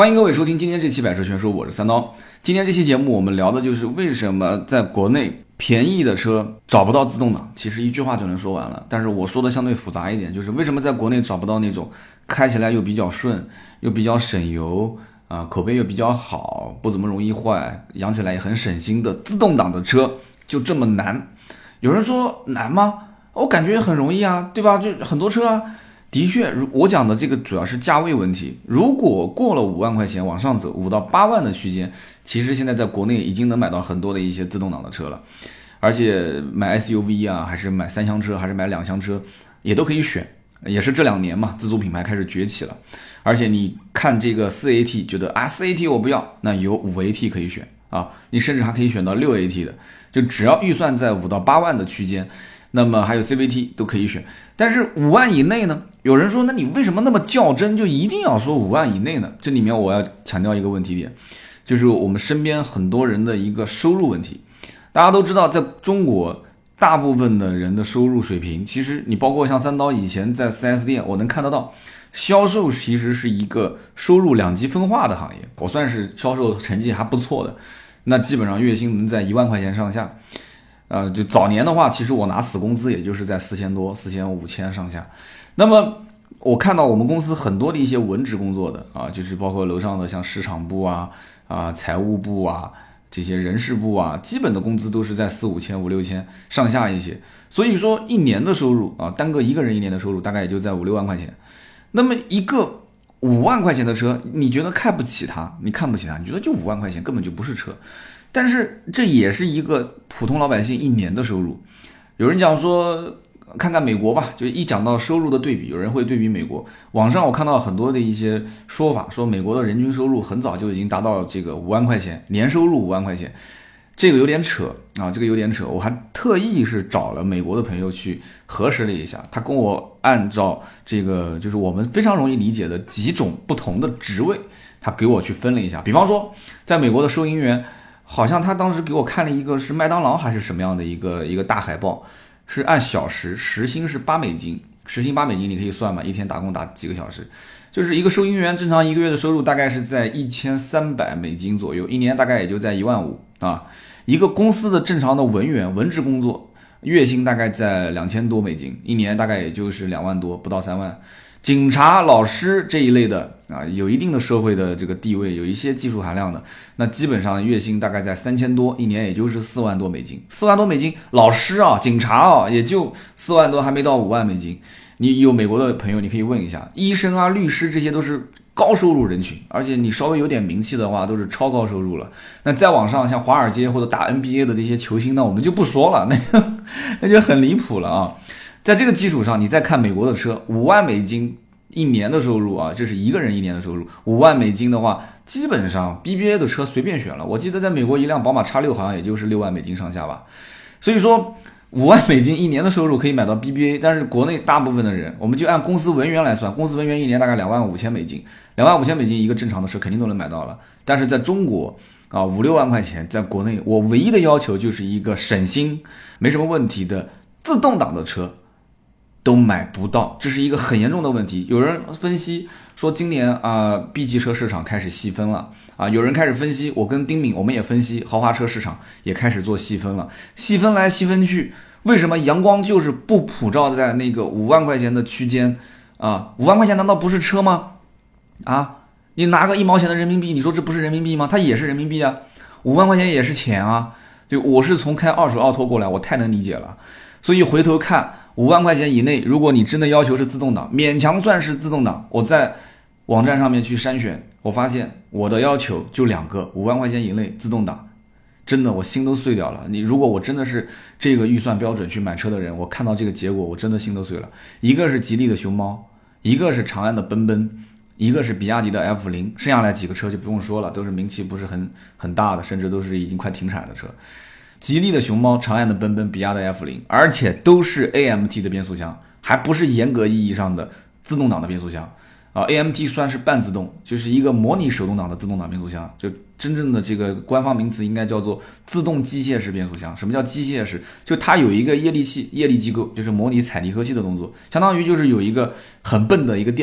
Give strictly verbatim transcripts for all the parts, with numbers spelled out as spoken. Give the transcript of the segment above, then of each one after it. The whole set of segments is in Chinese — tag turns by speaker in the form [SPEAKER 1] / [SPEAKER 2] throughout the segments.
[SPEAKER 1] 欢迎各位收听今天这期百车全说，我是三刀。今天这期节目我们聊的就是为什么在国内便宜的车找不到自动挡。其实一句话就能说完了，但是我说的相对复杂一点，就是为什么在国内找不到那种开起来又比较顺，又比较省油啊、呃，口碑又比较好，不怎么容易坏，养起来也很省心的自动挡的车就这么难。有人说难吗？我感觉很容易啊，对吧？就很多车啊。的确，我讲的这个主要是价位问题。如果过了五万块钱往上走，五到八万的区间，其实现在在国内已经能买到很多的一些自动挡的车了。而且买 S U V 啊，还是买三厢车，还是买两厢车，也都可以选。也是这两年嘛，自主品牌开始崛起了。而且你看这个 四 A T， 觉得啊 四 A T 我不要，那有五 A T 可以选啊，你甚至还可以选到六 A T 的，就只要预算在五到八万的区间。那么还有 C V T 都可以选，但是五万以内呢？有人说，那你为什么那么较真，就一定要说五万以内呢？这里面我要强调一个问题点，就是我们身边很多人的一个收入问题。大家都知道，在中国大部分的人的收入水平，其实你包括像三刀以前在 四 S 店，我能看得到，销售其实是一个收入两极分化的行业。我算是销售成绩还不错的，那基本上月薪能在一万块钱上下。呃，就早年的话，其实我拿死工资也就是在四千多、四千五千上下。那么我看到我们公司很多的一些文职工作的啊，就是包括楼上的像市场部啊、啊财务部啊、这些人事部啊，基本的工资都是在四五千、五六千上下一些。所以说一年的收入啊，单个一个人一年的收入大概也就在五六万块钱。那么一个五万块钱的车，你觉得看不起它？你看不起它？你觉得就五万块钱根本就不是车。但是这也是一个普通老百姓一年的收入。有人讲说看看美国吧，就一讲到收入的对比，有人会对比美国。网上我看到很多的一些说法，说美国的人均收入很早就已经达到这个五万块钱，年收入五万块钱，这个有点扯啊，这个有点扯。我还特意是找了美国的朋友去核实了一下，他跟我按照这个就是我们非常容易理解的几种不同的职位，他给我去分了一下。比方说在美国的收银员，好像他当时给我看了一个是麦当劳还是什么样的一个一个大海报，是按小时，时薪是八美金，时薪八美金你可以算嘛，一天打工打几个小时，就是一个收银员正常一个月的收入大概是在一千三百美金左右，一年大概也就在一万五啊。一个公司的正常的文员文职工作，月薪大概在两千多美金，一年大概也就是两万多，不到三万。警察、老师这一类的啊，有一定的社会的这个地位，有一些技术含量的，那基本上月薪大概在三千多，一年也就是四万多美金。四万多美金，老师啊、警察啊，也就四万多，还没到五万美金。你有美国的朋友，你可以问一下，医生啊、律师这些都是高收入人群，而且你稍微有点名气的话，都是超高收入了。那再往上，像华尔街或者打 N B A 的这些球星呢，我们就不说了，那个那就很离谱了啊。在这个基础上，你再看美国的车，五万美金一年的收入啊，这是一个人一年的收入。五万美金的话，基本上 B B A 的车随便选了。我记得在美国一辆宝马 X 六 好像也就是六万美金上下吧。所以说五万美金一年的收入可以买到 B B A， 但是国内大部分的人，我们就按公司文员来算，公司文员一年大概两万五千美金，两万五千美金一个正常的车肯定都能买到了。但是在中国啊，五六万块钱，在国内我唯一的要求就是一个省心、没什么问题的自动挡的车。都买不到，这是一个很严重的问题。有人分析说今年啊、呃、，B 级车市场开始细分了啊，有人开始分析，我跟丁敏我们也分析，豪华车市场也开始做细分了，细分来细分去，为什么阳光就是不普照在那个五万块钱的区间啊？五万块钱难道不是车吗？啊，你拿个一毛钱的人民币，你说这不是人民币吗？它也是人民币啊，五万块钱也是钱啊。就我是从开二手奥拓过来，我太能理解了。所以回头看五万块钱以内，如果你真的要求是自动挡，勉强算是自动挡，我在网站上面去筛选，我发现我的要求就两个，五万块钱以内自动挡，真的我心都碎掉了。你如果我真的是这个预算标准去买车的人，我看到这个结果我真的心都碎了。一个是吉利的熊猫，一个是长安的奔奔，一个是比亚迪的 F 零， 剩下来几个车就不用说了，都是名气不是很很大的，甚至都是已经快停产的车。吉利的熊猫、长安的奔奔、比亚迪的 F 零， 而且都是 A M T 的变速箱，还不是严格意义上的自动挡的变速箱啊。A M T 算是半自动，就是一个模拟手动挡的自动挡变速箱，就真正的这个官方名词应该叫做自动机械式变速箱。什么叫机械式？就它有一个液力器、液力机构，就是模拟踩离合器的动作，相当于就是有一个很笨的一个电脑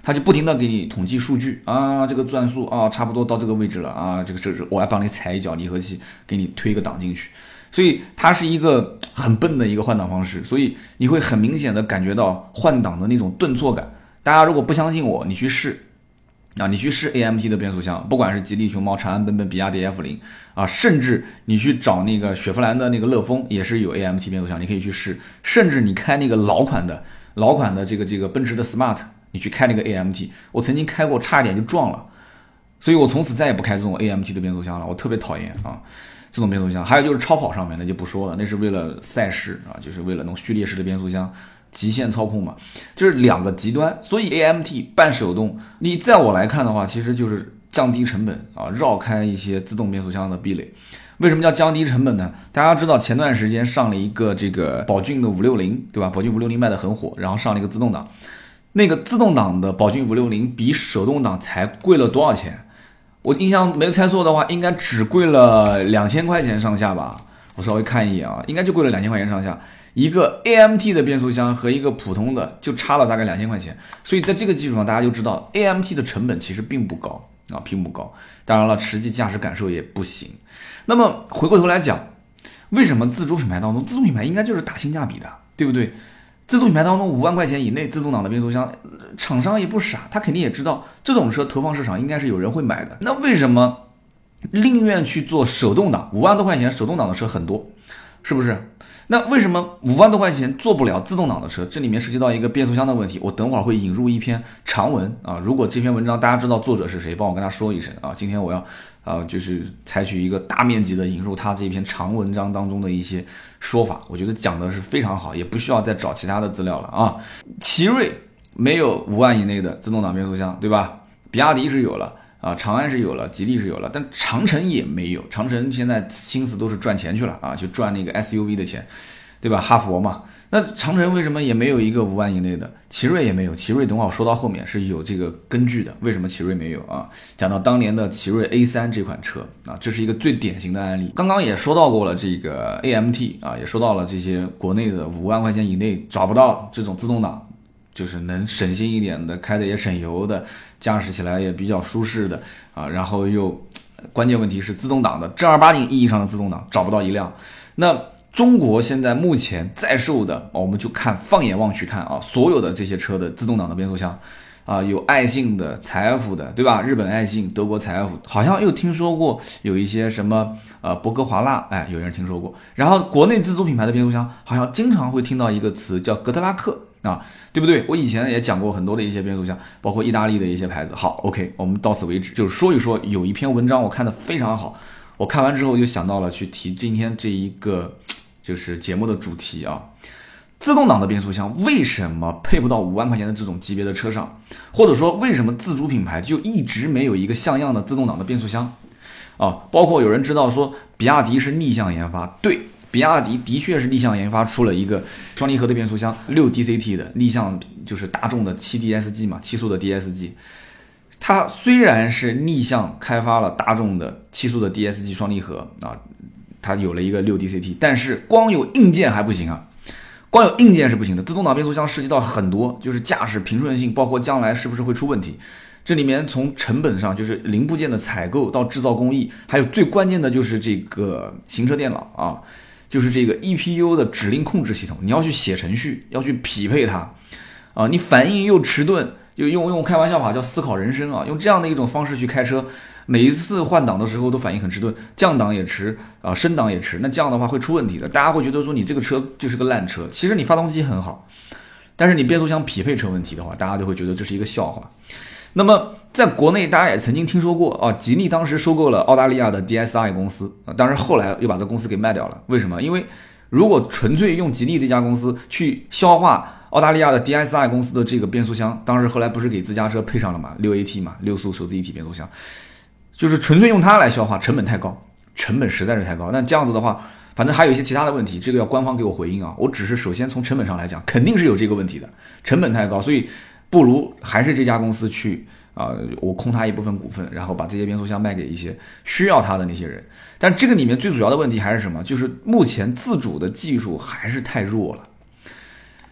[SPEAKER 1] 它就不停的给你统计数据啊，这个转速啊差不多到这个位置了啊，这个这个我还帮你踩一脚离合器，给你推个档进去，所以它是一个很笨的一个换挡方式，所以你会很明显的感觉到换挡的那种顿挫感。大家如果不相信我，你去试啊，你去试 A M T 的变速箱，不管是吉利、熊猫、长安、奔奔、比亚迪 F 零 啊，甚至你去找那个雪佛兰的那个乐风也是有 A M T 变速箱，你可以去试，甚至你开那个老款的老款的这个这个奔驰的 Smart。你去开那个 A M T， 我曾经开过，差一点就撞了，所以我从此再也不开这种 A M T 的变速箱了，我特别讨厌啊这种变速箱。还有就是超跑上面的就不说了，那是为了赛事啊，就是为了那种序列式的变速箱，极限操控嘛，就是两个极端。所以 A M T 半手动，你在我来看的话，其实就是降低成本啊，绕开一些自动变速箱的壁垒。为什么叫降低成本呢？大家知道前段时间上了一个这个宝骏的五六零，对吧？宝骏五六零卖的很火，然后上了一个自动挡。那个自动挡的宝骏五六零比手动挡才贵了多少钱？我印象没猜错的话，应该只贵了两千块钱上下吧。我稍微看一眼啊，应该就贵了两千块钱上下。一个 A M T 的变速箱和一个普通的就差了大概两千块钱。所以在这个基础上，大家就知道 A M T 的成本其实并不高啊，并不高。当然了，实际驾驶感受也不行。那么回过头来讲，为什么自主品牌当中，自主品牌应该就是打性价比的，对不对？自主品牌当中五万块钱以内自动挡的变速箱，厂商也不傻，他肯定也知道这种车投放市场应该是有人会买的。那为什么宁愿去做手动挡？五万多块钱手动挡的车很多，是不是？那为什么五万多块钱做不了自动挡的车？这里面涉及到一个变速箱的问题，我等会儿会引入一篇长文啊。如果这篇文章大家知道作者是谁，帮我跟他说一声啊。今天我要啊，就是采取一个大面积的引入他这篇长文章当中的一些说法，我觉得讲的是非常好，也不需要再找其他的资料了啊。奇瑞没有五万以内的自动挡变速箱，对吧？比亚迪是有了啊，长安是有了，吉利是有了，但长城也没有。长城现在心思都是赚钱去了啊，就赚那个 S U V 的钱，对吧？哈佛嘛。那长城为什么也没有一个五万以内的？奇瑞也没有。奇瑞等会儿说到后面是有这个根据的，为什么奇瑞没有啊？讲到当年的奇瑞 A 三 这款车啊，这是一个最典型的案例。刚刚也说到过了这个 A M T 啊，也说到了这些国内的五万块钱以内找不到这种自动挡，就是能省心一点的，开的也省油的，驾驶起来也比较舒适的啊，然后又关键问题是自动挡的正儿八经意义上的自动挡找不到一辆。那中国现在目前在售的，我们就看放眼望去看啊，所有的这些车的自动挡的变速箱啊，有爱信的、采孚的，对吧？日本爱信、德国采孚，好像又听说过有一些什么呃博格华纳，哎，有人听说过。然后国内自主品牌的变速箱，好像经常会听到一个词叫格特拉克啊，对不对？我以前也讲过很多的一些变速箱，包括意大利的一些牌子。好 ，OK， 我们到此为止，就是说一说有一篇文章我看的非常好，我看完之后就想到了去提今天这一个。就是节目的主题啊，自动挡的变速箱为什么配不到五万块钱的这种级别的车上？或者说为什么自主品牌就一直没有一个像样的自动挡的变速箱啊？包括有人知道说比亚迪是逆向研发，对，比亚迪的确是逆向研发出了一个双离合的变速箱，六 D C T 的逆向，就是大众的七 D S G 嘛，七速的 D S G。它虽然是逆向开发了大众的七速的 D S G 双离合啊。它有了一个 六 D C T， 但是光有硬件还不行啊，光有硬件是不行的。自动挡变速箱涉及到很多，就是驾驶平顺性，包括将来是不是会出问题。这里面从成本上，就是零部件的采购到制造工艺，还有最关键的就是这个行车电脑啊，就是这个 E P U 的指令控制系统，你要去写程序，要去匹配它啊，你反应又迟钝，就用用开玩笑法叫思考人生啊，用这样的一种方式去开车。每一次换挡的时候都反应很迟钝，降档也迟啊，升档也迟，那这样的话会出问题的。大家会觉得说你这个车就是个烂车，其实你发动机很好，但是你变速箱匹配成问题的话，大家就会觉得这是一个笑话。那么在国内大家也曾经听说过啊，吉利当时收购了澳大利亚的 D S I 公司啊，当然后来又把这公司给卖掉了。为什么？因为如果纯粹用吉利这家公司去消化澳大利亚的 D S I 公司的这个变速箱，当时后来不是给自家车配上了嘛，六 A T 嘛，六速手自一体变速箱。就是纯粹用它来消化，成本太高，成本实在是太高。那这样子的话，反正还有一些其他的问题，这个要官方给我回应啊。我只是首先从成本上来讲，肯定是有这个问题的，成本太高，所以不如还是这家公司去啊、呃，我空它一部分股份，然后把这些变速箱卖给一些需要它的那些人。但这个里面最主要的问题还是什么？就是目前自主的技术还是太弱了。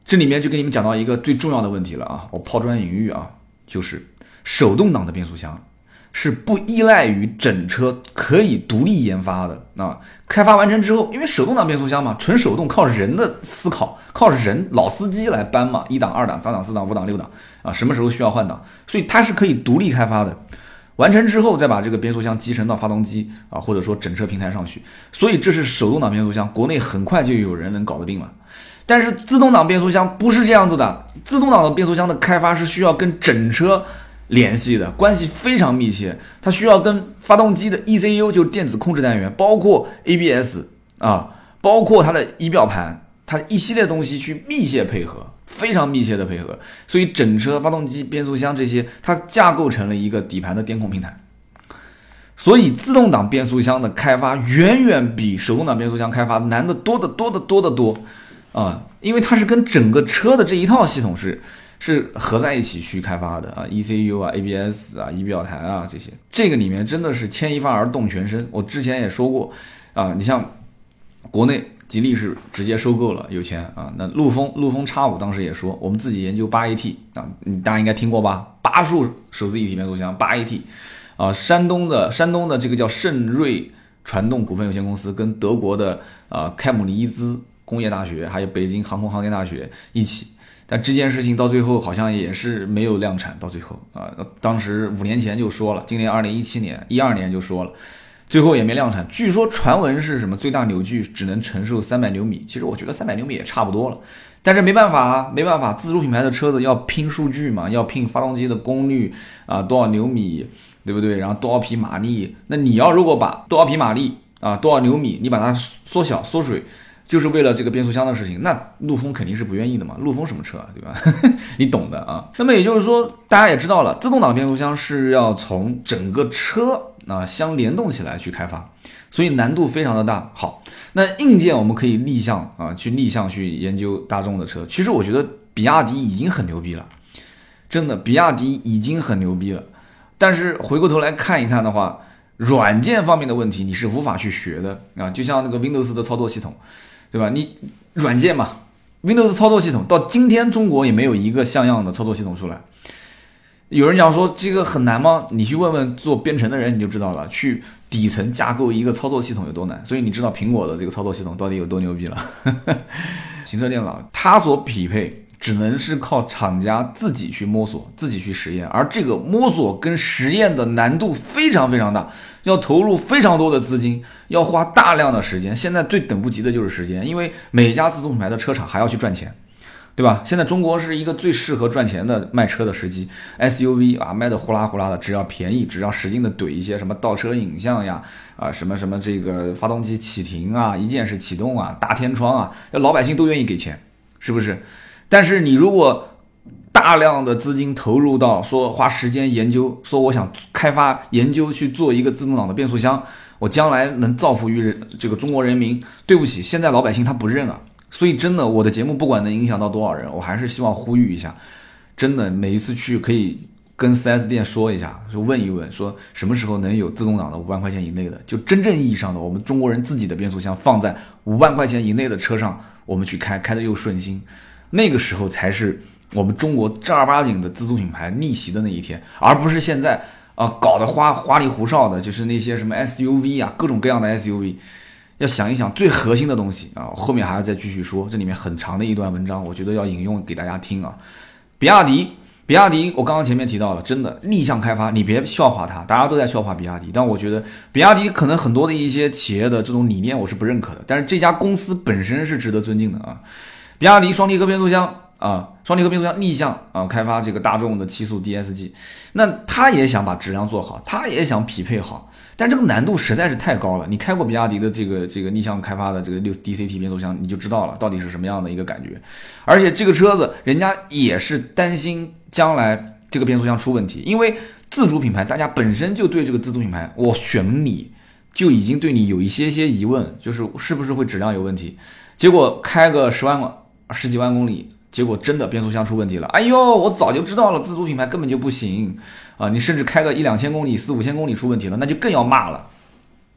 [SPEAKER 1] 这里面就给你们讲到一个最重要的问题了啊，我抛砖引玉啊，就是手动挡的变速箱是不依赖于整车，可以独立研发的啊。开发完成之后，因为手动挡变速箱嘛，纯手动，靠人的思考，靠人老司机来搬嘛，一档、二档、三档、四档、五档、六档啊，什么时候需要换挡，所以它是可以独立开发的。完成之后再把这个变速箱集成到发动机啊，或者说整车平台上去，所以这是手动挡变速箱，国内很快就有人能搞得定了。但是自动挡变速箱不是这样子的，自动挡的变速箱的开发是需要跟整车联系的，关系非常密切，它需要跟发动机的 E C U 就是电子控制单元，包括 A B S 啊，包括它的仪表盘，它一系列东西去密切配合，非常密切的配合，所以整车、发动机、变速箱这些，它架构成了一个底盘的电控平台。所以自动挡变速箱的开发远远比手动挡变速箱开发难得多得多得多得多啊，因为它是跟整个车的这一套系统是是合在一起去开发的啊 ，E C U 啊、A B S 啊、仪表台啊这些，这个里面真的是牵一发而动全身。我之前也说过啊，你像国内吉利是直接收购了，有钱啊。那陆风陆风 X 五 当时也说，我们自己研究 八 A T 啊，你大家应该听过吧？八速手自一体变速箱 八 A T 啊，山东的山东的这个叫盛瑞传动股份有限公司跟德国的啊开姆尼兹工业大学还有北京航空航天大学一起。但这件事情到最后好像也是没有量产，到最后啊，当时五年前就说了，今年二零一七年、一二年就说了，最后也没量产。据说传闻是什么最大扭矩只能承受三百牛米，其实我觉得三百牛米也差不多了，但是没办法啊，没办法，自主品牌的车子要拼数据嘛，要拼发动机的功率啊，多少牛米，对不对？然后多少匹马力，那你要如果把多少匹马力啊，多少牛米，你把它缩小缩水。就是为了这个变速箱的事情，那陆风肯定是不愿意的嘛。陆风什么车啊，对吧？你懂的啊。那么也就是说，大家也知道了，自动挡变速箱是要从整个车啊相联动起来去开发，所以难度非常的大。好，那硬件我们可以立项啊，去立项去研究大众的车。其实我觉得比亚迪已经很牛逼了，真的，比亚迪已经很牛逼了。但是回过头来看一看的话，软件方面的问题你是无法去学的啊，就像那个 Windows 的操作系统。对吧？你软件嘛 ，Windows 操作系统到今天中国也没有一个像样的操作系统出来。有人讲说这个很难吗？你去问问做编程的人你就知道了，去底层架构一个操作系统有多难。所以你知道苹果的这个操作系统到底有多牛逼了。行车电脑它所匹配只能是靠厂家自己去摸索，自己去实验，而这个摸索跟实验的难度非常非常大，要投入非常多的资金，要花大量的时间。现在最等不及的就是时间，因为每家自主品牌的车厂还要去赚钱，对吧？现在中国是一个最适合赚钱的卖车的时机 ，S U V 啊卖的呼啦呼啦的，只要便宜，只要使劲的怼一些什么倒车影像呀，啊什么什么这个发动机启停啊，一键式启动啊，大天窗啊，老百姓都愿意给钱，是不是？但是你如果大量的资金投入到说花时间研究，说我想开发研究去做一个自动挡的变速箱，我将来能造福于这个中国人民，对不起，现在老百姓他不认啊。所以真的，我的节目不管能影响到多少人，我还是希望呼吁一下，真的每一次去可以跟 四 S 店说一下，就问一问，说什么时候能有自动挡的五万块钱以内的，就真正意义上的我们中国人自己的变速箱放在五万块钱以内的车上，我们去开，开的又顺心。那个时候才是我们中国正儿八经的自主品牌逆袭的那一天，而不是现在啊、呃、搞得花花里胡哨的，就是那些什么 S U V 啊，各种各样的 S U V。要想一想最核心的东西啊，后面还要再继续说，这里面很长的一段文章，我觉得要引用给大家听啊。比亚迪，比亚迪，我刚刚前面提到了，真的逆向开发，你别笑话它，大家都在笑话比亚迪，但我觉得比亚迪可能很多的一些企业的这种理念我是不认可的，但是这家公司本身是值得尊敬的啊。比亚迪双离合变速箱啊，双离合变速箱逆向啊，开发这个大众的七速 D S G， 那他也想把质量做好，他也想匹配好，但这个难度实在是太高了。你开过比亚迪的这个这个逆向开发的这个六 D C T 变速箱，你就知道了到底是什么样的一个感觉。而且这个车子人家也是担心将来这个变速箱出问题，因为自主品牌大家本身就对这个自主品牌，我选你就已经对你有一些些疑问，就是是不是会质量有问题。结果开个十万十几万公里，结果真的变速箱出问题了。哎呦，我早就知道了，自主品牌根本就不行啊！你甚至开个一两千公里、四五千公里出问题了，那就更要骂了。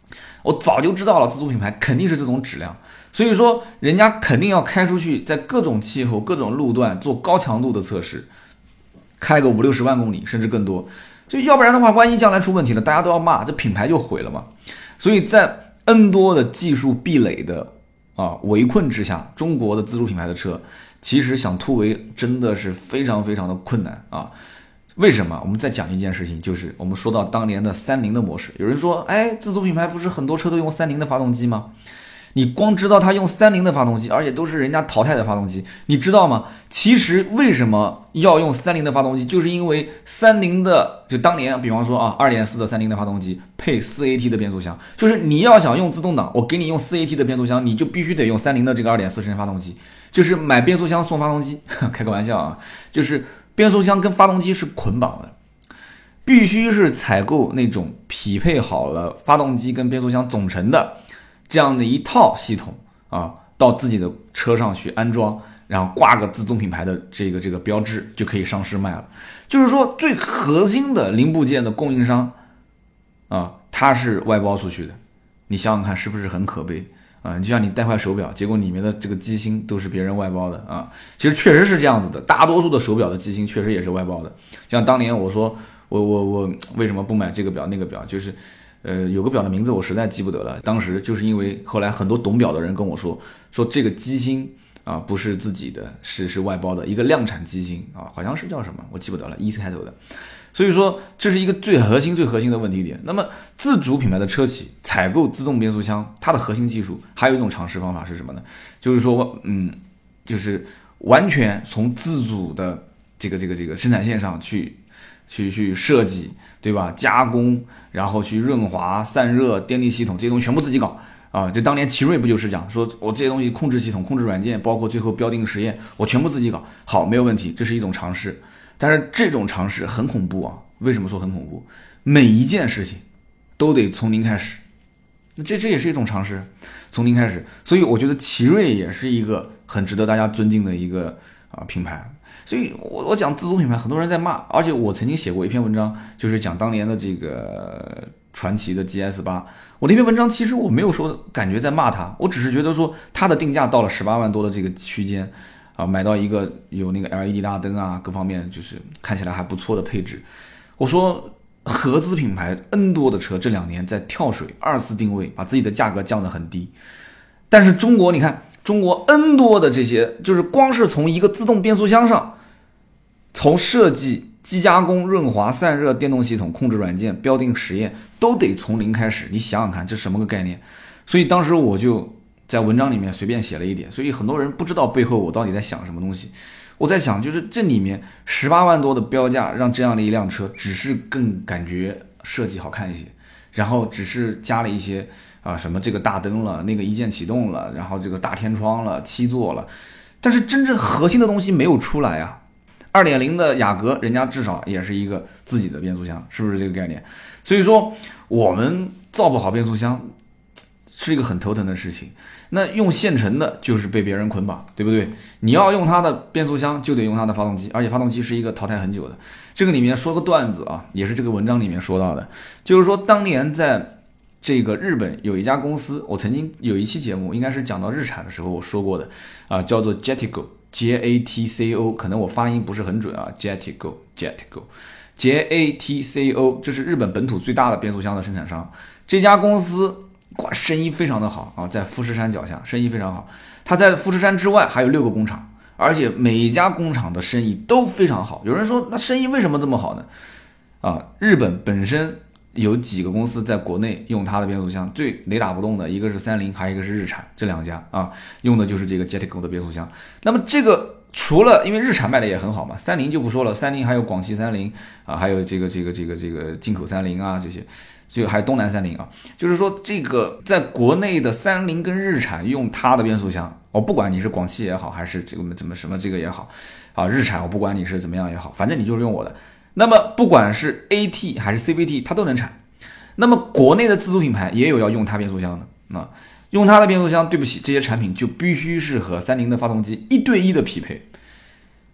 [SPEAKER 1] 我早就知道了自主品牌肯定是这种质量，所以说人家肯定要开出去，在各种气候、各种路段做高强度的测试，开个五六十万公里甚至更多，就要不然的话，万一将来出问题了，大家都要骂，这品牌就毁了嘛。所以在 N 多的技术壁垒的啊围困之下，中国的自主品牌的车其实想突围真的是非常非常的困难啊。为什么？我们再讲一件事情，就是我们说到当年的三菱的模式。有人说，哎，自主品牌不是很多车都用三菱的发动机吗？你光知道它用三菱的发动机，而且都是人家淘汰的发动机，你知道吗？其实为什么要用三菱的发动机，就是因为三菱的，就当年比方说啊 二点四 的三菱的发动机配 四 A T 的变速箱，就是你要想用自动挡，我给你用 四 A T 的变速箱，你就必须得用三菱的这个 二点四 升发动机，就是买变速箱送发动机，开个玩笑啊，就是变速箱跟发动机是捆绑的，必须是采购那种匹配好了发动机跟变速箱总成的这样的一套系统啊，到自己的车上去安装，然后挂个自主品牌的这个这个标志，就可以上市卖了。就是说，最核心的零部件的供应商啊，它是外包出去的。你想想看，是不是很可悲啊？就像你带块手表，结果里面的这个机芯都是别人外包的啊。其实确实是这样子的，大多数的手表的机芯确实也是外包的。像当年我说我我我为什么不买这个表那个表，就是。呃，有个表的名字我实在记不得了，当时就是因为后来很多懂表的人跟我说，说这个机芯啊不是自己的，是是外包的一个量产机芯啊，好像是叫什么我记不得了，一开头的。所以说这是一个最核心最核心的问题点。那么自主品牌的车企采购自动变速箱，它的核心技术还有一种尝试方法是什么呢？就是说，嗯，就是完全从自主的这个这个这个生产线上去。去去设计，对吧？加工，然后去润滑、散热、电力系统这些东西全部自己搞啊！就当年奇瑞不就是讲说，我这些东西控制系统、控制软件，包括最后标定实验，我全部自己搞，好，没有问题，这是一种尝试。但是这种尝试很恐怖啊！为什么说很恐怖？每一件事情都得从零开始，这这也是一种尝试，从零开始。所以我觉得奇瑞也是一个很值得大家尊敬的一个啊品牌。所以我我讲自主品牌，很多人在骂，而且我曾经写过一篇文章，就是讲当年的这个传祺的 G S 八。我那篇文章其实我没有说感觉在骂它，我只是觉得说它的定价到了十八万多的这个区间啊，买到一个有那个 L E D 大灯啊，各方面就是看起来还不错的配置。我说合资品牌 N 多的车这两年在跳水二次定位，把自己的价格降得很低，但是中国你看中国 N 多的这些，就是光是从一个自动变速箱上。从设计、机加工、润滑、散热、电动系统、控制软件、标定实验，都得从零开始。你想想看，这是什么个概念？所以当时我就在文章里面随便写了一点，所以很多人不知道背后我到底在想什么东西。我在想，就是这里面十八万多的标价，让这样的一辆车只是更感觉设计好看一些，然后只是加了一些啊什么这个大灯了，那个一键启动了，然后这个大天窗了，七座了，但是真正核心的东西没有出来啊。二点零 的雅阁，人家至少也是一个自己的变速箱，是不是这个概念？所以说我们造不好变速箱是一个很头疼的事情。那用现成的就是被别人捆绑，对不对？你要用它的变速箱，就得用它的发动机，而且发动机是一个淘汰很久的。这个里面说个段子啊，也是这个文章里面说到的，就是说当年在这个日本有一家公司，我曾经有一期节目应该是讲到日产的时候我说过的啊，叫做 Jatco。J A T C O， 可能我发音不是很准啊 ，Jatco Jatco J A T C O， 这是日本本土最大的变速箱的生产商。这家公司哇，生意非常的好啊，在富士山脚下，生意非常好。它在富士山之外还有六个工厂，而且每一家工厂的生意都非常好。有人说，那生意为什么这么好呢？啊，日本本身有几个公司在国内用它的变速箱，最雷打不动的一个是三菱，还有一个是日产，这两家啊用的就是这个 Jatco 的变速箱。那么这个除了因为日产卖的也很好嘛，三菱就不说了，三菱还有广汽三菱啊，还有这个这个这个这个进口三菱啊，这些，这个还有东南三菱啊，就是说这个在国内的三菱跟日产用它的变速箱，我、哦、不管你是广汽也好，还是这个怎么什么这个也好啊，日产我不管你是怎么样也好，反正你就是用我的。那么不管是 A T 还是 C V T 它都能产。那么国内的自主品牌也有要用它变速箱的啊，用它的变速箱，对不起，这些产品就必须是和三菱的发动机一对一的匹配。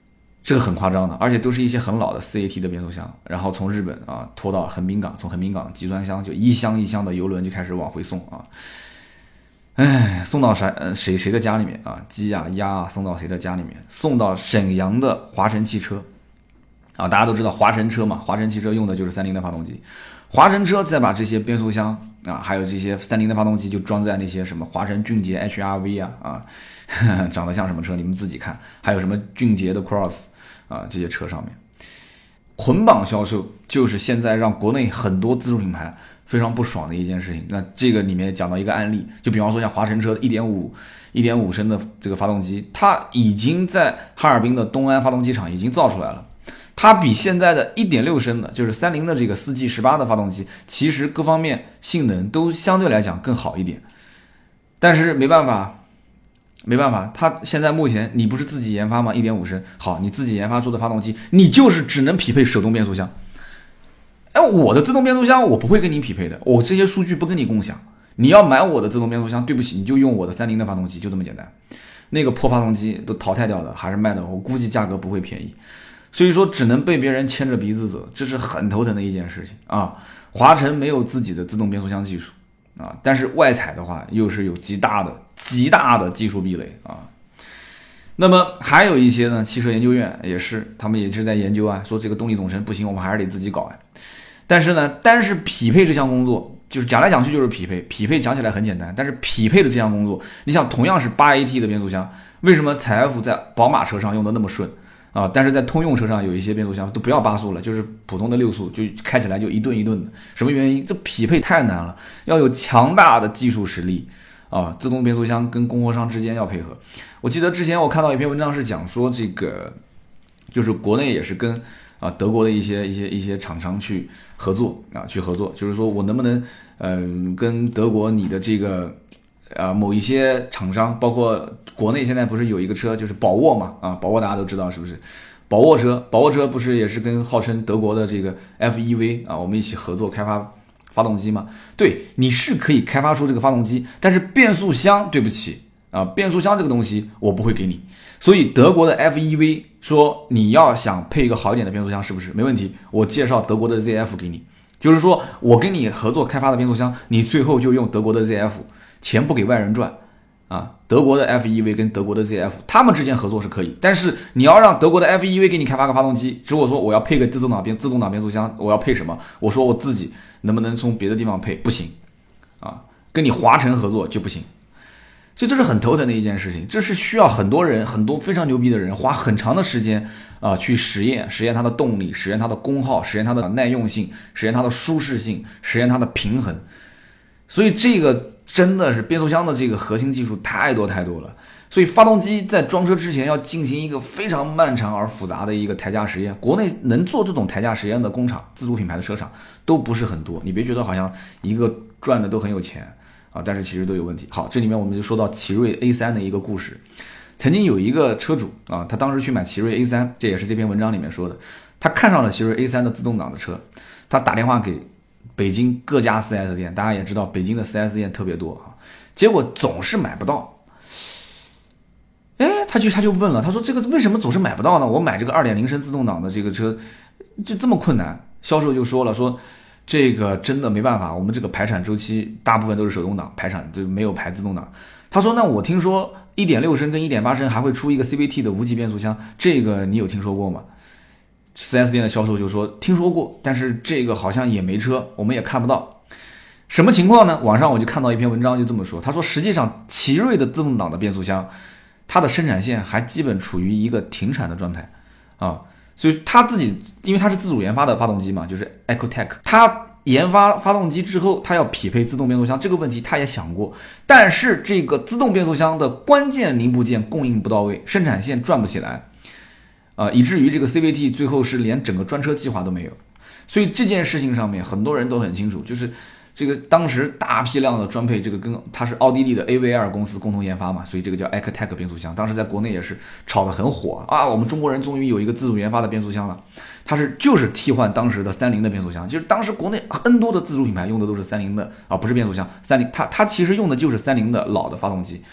[SPEAKER 1] 这个很夸张的，而且都是一些很老的 C A T 的变速箱，然后从日本啊拖到横滨港，从横滨港集装箱就一箱一箱的油轮就开始往回送啊，哎，送到谁呃谁谁的家里面啊，鸡啊鸭啊送到谁的家里面，送到沈阳的华晨汽车啊，大家都知道华晨车嘛，华晨汽车用的就是三菱的发动机，华晨车再把这些变速箱啊，还有这些三菱的发动机就装在那些什么华晨俊杰 H R V 啊啊，呵呵长得像什么车你们自己看，还有什么俊杰的 Cross。啊，这些车上面捆绑销售就是现在让国内很多自主品牌非常不爽的一件事情。那这个里面讲到一个案例，就比方说像华晨车 一点五 一点五升的这个发动机，它已经在哈尔滨的东安发动机厂已经造出来了，它比现在的 一点六升的就是三菱的这个 四 G 十八 的发动机其实各方面性能都相对来讲更好一点，但是没办法没办法，它现在目前你不是自己研发吗？ 一点五升，好，你自己研发出的发动机，你就是只能匹配手动变速箱。哎，我的自动变速箱我不会跟你匹配的，我这些数据不跟你共享。你要买我的自动变速箱，对不起，你就用我的三菱的发动机，就这么简单。那个破发动机都淘汰掉的，还是卖的，我估计价格不会便宜。所以说只能被别人牵着鼻子走，这是很头疼的一件事情啊。华晨没有自己的自动变速箱技术啊，但是外采的话又是有极大的极大的技术壁垒啊。那么还有一些呢，汽车研究院也是，他们也是在研究啊，说这个动力总成不行，我们还是得自己搞啊。但是呢，单是匹配这项工作，就是讲来讲去就是匹配，匹配讲起来很简单，但是匹配的这项工作，你想同样是 八 A T 的变速箱，为什么采 F 在宝马车上用的那么顺啊？但是在通用车上有一些变速箱都不要八速了，就是普通的六速，就开起来就一顿一顿的，什么原因？这匹配太难了，要有强大的技术实力啊！自动变速箱跟供货商之间要配合。我记得之前我看到一篇文章是讲说，这个就是国内也是跟啊德国的一些一些一些厂商去合作啊，去合作，就是说我能不能嗯、呃、跟德国你的这个啊某一些厂商，包括国内现在不是有一个车就是宝沃嘛啊，宝沃大家都知道是不是？宝沃车，宝沃车不是也是跟号称德国的这个 F E V 啊，我们一起合作开发发动机吗？对，你是可以开发出这个发动机，但是变速箱对不起啊，变速箱这个东西我不会给你。所以德国的 F E V 说你要想配一个好一点的变速箱，是不是没问题？我介绍德国的 Z F 给你，就是说我跟你合作开发的变速箱，你最后就用德国的 Z F， 钱不给外人赚啊。德国的 F E V 跟德国的 Z F 他们之间合作是可以，但是你要让德国的 F E V 给你开发个发动机，如果说我要配个自动挡变自动挡变速箱，我要配什么？我说我自己能不能从别的地方配？不行啊，跟你华晨合作就不行。所以这是很头疼的一件事情，这是需要很多人，很多非常牛逼的人花很长的时间啊、呃、去实验，实验它的动力，实验它的功耗，实验它的耐用性，实验它的舒适性，实验它的平衡。所以这个真的是变速箱的这个核心技术太多太多了。所以发动机在装车之前要进行一个非常漫长而复杂的一个台架实验，国内能做这种台架实验的工厂，自主品牌的车厂都不是很多。你别觉得好像一个赚的都很有钱啊，但是其实都有问题。好，这里面我们就说到奇瑞 A 三 的一个故事。曾经有一个车主啊，他当时去买奇瑞 A 三， 这也是这篇文章里面说的，他看上了奇瑞 A 三 的自动挡的车，他打电话给北京各家 四 S 店，大家也知道北京的 四 S 店特别多啊，结果总是买不到。哎，他就他就问了，他说这个为什么总是买不到呢？我买这个 二点零 升自动挡的这个车就这么困难。销售就说了，说这个真的没办法，我们这个排产周期大部分都是手动挡排产，就没有排自动挡。他说那我听说 一点六 升跟 一点八 升还会出一个 C V T 的无级变速箱，这个你有听说过吗？ 四 S 店的销售就说听说过，但是这个好像也没车，我们也看不到。什么情况呢？网上我就看到一篇文章就这么说，他说实际上奇瑞的自动挡的变速箱它的生产线还基本处于一个停产的状态啊，所以他自己因为他是自主研发的发动机嘛，就是 Ecotec， 他研发发动机之后，他要匹配自动变速箱这个问题他也想过，但是这个自动变速箱的关键零部件供应不到位，生产线转不起来啊，以至于这个 C V T 最后是连整个专车计划都没有。所以这件事情上面很多人都很清楚，就是这个当时大批量的专配，这个跟它是奥地利的 A V R 公司共同研发嘛，所以这个叫 Ecotec 变速箱，当时在国内也是炒得很火啊，我们中国人终于有一个自主研发的变速箱了，它是就是替换当时的三菱的变速箱，就是当时国内 N 多的自主品牌用的都是三菱的啊，不是变速箱，三菱它它其实用的就是三菱的老的发动机，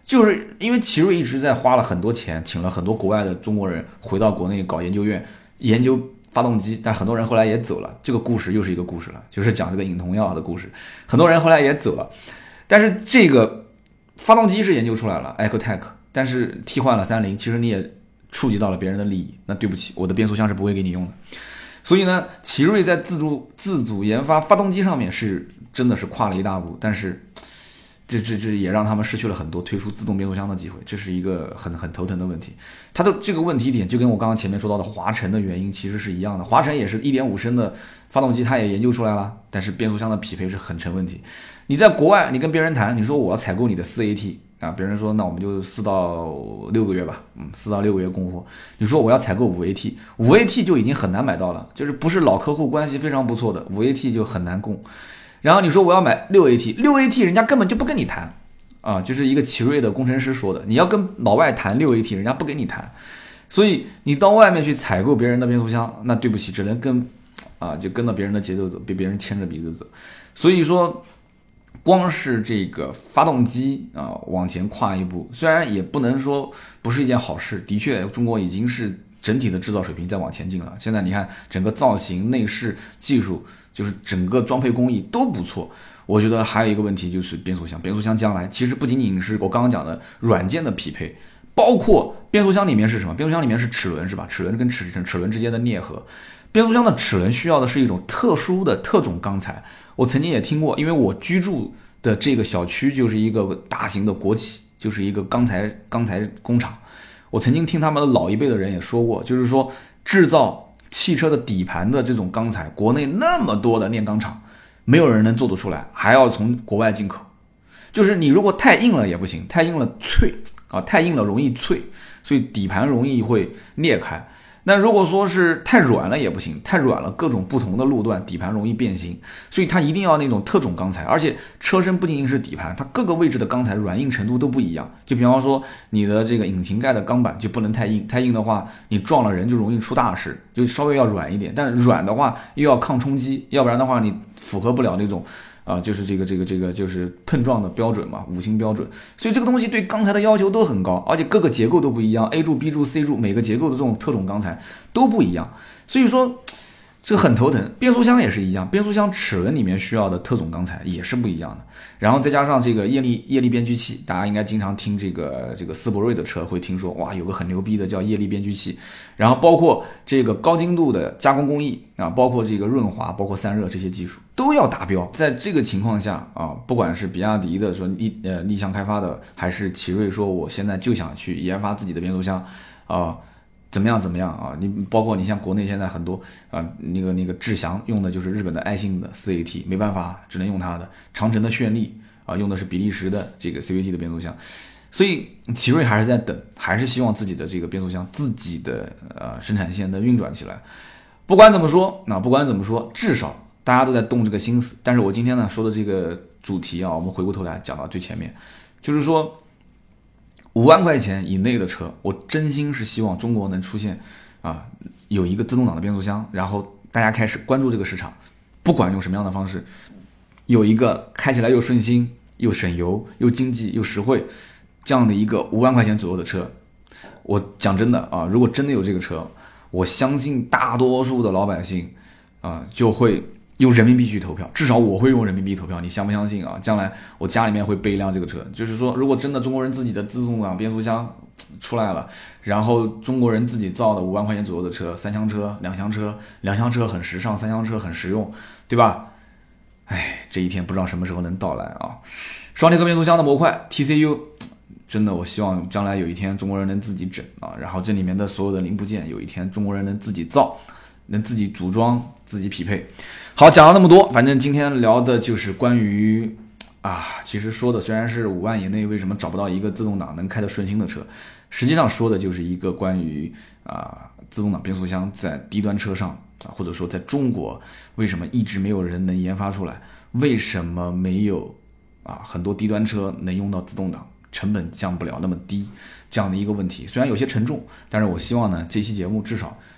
[SPEAKER 1] 就是因为奇瑞一直在花了很多钱，请了很多国外的中国人回到国内搞研究院研究发动机，但很多人后来也走了。这个故事又是一个故事了，就是讲这个尹同耀的故事，很多人后来也走了。但是这个发动机是研究出来了 Ecotec， 但是替换了三菱，其实你也触及到了别人的利益，那对不起，我的变速箱是不会给你用的。所以呢，奇瑞在自主自主研发发动机上面是真的是跨了一大步，但是这这这也让他们失去了很多推出自动变速箱的机会，这是一个很很头疼的问题。它的这个问题点就跟我刚刚前面说到的华晨的原因其实是一样的，华晨也是 一点五 升的发动机，它也研究出来了，但是变速箱的匹配是很成问题。你在国外，你跟别人谈，你说我要采购你的 四 A T 啊，别人说那我们就四到六个月吧，嗯，四到六个月供货。你说我要采购 五 A T， 五 A T 就已经很难买到了，就是不是老客户关系非常不错的 五 A T 就很难供。然后你说我要买 六 A T， 六 A T 人家根本就不跟你谈啊，就是一个奇瑞的工程师说的，你要跟老外谈 六 A T， 人家不跟你谈。所以你到外面去采购别人的变速箱，那对不起，只能跟啊就跟着别人的节奏走，被别人牵着鼻子走。所以说光是这个发动机啊往前跨一步，虽然也不能说不是一件好事，的确中国已经是整体的制造水平在往前进了。现在你看整个造型、内饰、技术，就是整个装配工艺都不错。我觉得还有一个问题就是变速箱，变速箱将来其实不仅仅是我刚刚讲的软件的匹配，包括变速箱里面是什么？变速箱里面是齿轮是吧？齿轮跟齿齿轮之间的啮合，变速箱的齿轮需要的是一种特殊的特种钢材。我曾经也听过，因为我居住的这个小区就是一个大型的国企，就是一个钢材钢材工厂。我曾经听他们的老一辈的人也说过，就是说制造汽车的底盘的这种钢材，国内那么多的炼钢厂，没有人能做得出来，还要从国外进口。就是你如果太硬了也不行，太硬了脆啊，太硬了容易脆，所以底盘容易会裂开。那如果说是太软了也不行，太软了各种不同的路段底盘容易变形，所以它一定要那种特种钢材。而且车身不仅仅是底盘，它各个位置的钢材软硬程度都不一样。就比方说你的这个引擎盖的钢板就不能太硬，太硬的话你撞了人就容易出大事，就稍微要软一点。但是软的话又要抗冲击，要不然的话你符合不了那种啊，就是这个这个这个就是碰撞的标准嘛，五星标准。所以这个东西对钢材的要求都很高，而且各个结构都不一样 ，A 柱、B 柱、C 柱每个结构的这种特种钢材都不一样。所以说这个很头疼。变速箱也是一样，变速箱齿轮里面需要的特种钢材也是不一样的。然后再加上这个液力液力变矩器，大家应该经常听这个这个斯铂瑞的车会听说，哇，有个很牛逼的叫液力变矩器。然后包括这个高精度的加工工艺啊，包括这个润滑，包括散热这些技术都要达标。在这个情况下啊，不管是比亚迪的说逆呃逆向开发的，还是奇瑞说我现在就想去研发自己的变速箱啊。怎么样怎么样啊？你包括你像国内现在很多啊，那个那个智翔用的就是日本的爱信的 四 A T， 没办法，只能用它的。长城的绚丽啊，用的是比利时的这个 C V T 的变速箱。所以奇瑞还是在等，还是希望自己的这个变速箱自己的呃生产线能运转起来。不管怎么说，那不管怎么说，至少大家都在动这个心思。但是我今天呢说的这个主题啊，我们回过头来讲到最前面，就是说。五万块钱以内的车，我真心是希望中国能出现啊有一个自动挡的变速箱，然后大家开始关注这个市场，不管用什么样的方式，有一个开起来又顺心、又省油、又经济又实惠这样的一个五万块钱左右的车。我讲真的啊，如果真的有这个车，我相信大多数的老百姓啊就会用人民币去投票，至少我会用人民币投票，你相不相信啊？将来我家里面会备一辆这个车，就是说，如果真的中国人自己的自动挡变速箱出来了，然后中国人自己造的五万块钱左右的车，三厢车、两厢车，两厢车很时尚，三厢车很实用，对吧？哎，这一天不知道什么时候能到来啊！双离合变速箱的模块 T C U， 真的，我希望将来有一天中国人能自己整啊，然后这里面的所有的零部件，有一天中国人能自己造，能自己组装、自己匹配。好，讲了那么多，反正今天聊的就是关于啊，其实说的虽然是五万以内为什么找不到一个自动挡能开得顺心的车，实际上说的就是一个关于啊自动挡变速箱在低端车上啊，或者说在中国为什么一直没有人能研发出来，为什么没有啊很多低端车能用到自动挡，成本降不了那么低这样的一个问题。虽然有些沉重，但是我希望呢这期节目至少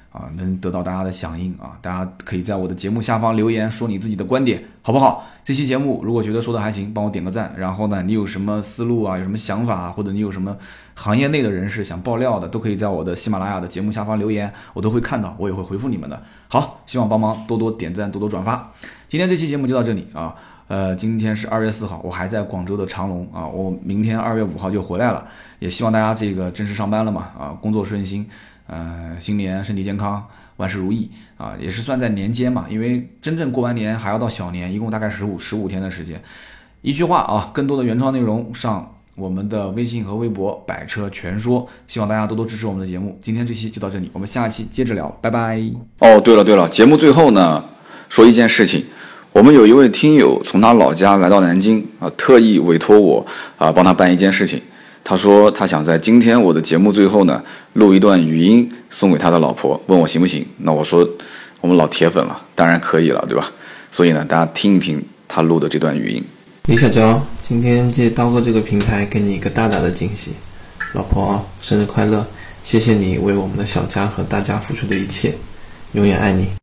[SPEAKER 1] 啊，能得到大家的响应啊，大家可以在我的节目下方留言说你自己的观点，好不好？这期节目如果觉得说的还行，帮我点个赞。然后呢，你有什么思路啊，有什么想法啊，或者你有什么行业内的人士想爆料的，都可以在我的喜马拉雅的节目下方留言，我都会看到，我也会回复你们的。好，希望帮忙多多点赞，多多转发。今天这期节目就到这里啊。呃，今天是二月四号，我还在广州的长隆啊，我明天二月五号就回来了，也希望大家这个正式上班了嘛啊，工作顺心，呃，新年身体健康，万事如意啊，也是算在年间嘛，因为真正过完年还要到小年，一共大概十五十五天的时间。一句话啊，更多的原创内容上我们的微信和微博百车全说，希望大家多多支持我们的节目。今天这期就到这里，我们下期接着聊，拜拜。
[SPEAKER 2] 哦，对了对了，节目最后呢，说一件事情。我们有一位听友从他老家来到南京啊，特意委托我啊帮他办一件事情。他说他想在今天我的节目最后呢录一段语音送给他的老婆，问我行不行？那我说我们老铁粉了，当然可以了，对吧？所以呢，大家听一听他录的这段语音。
[SPEAKER 3] 李小娇，今天借刀哥这个平台给你一个大大的惊喜，老婆生日快乐！谢谢你为我们的小家和大家付出的一切，永远爱你。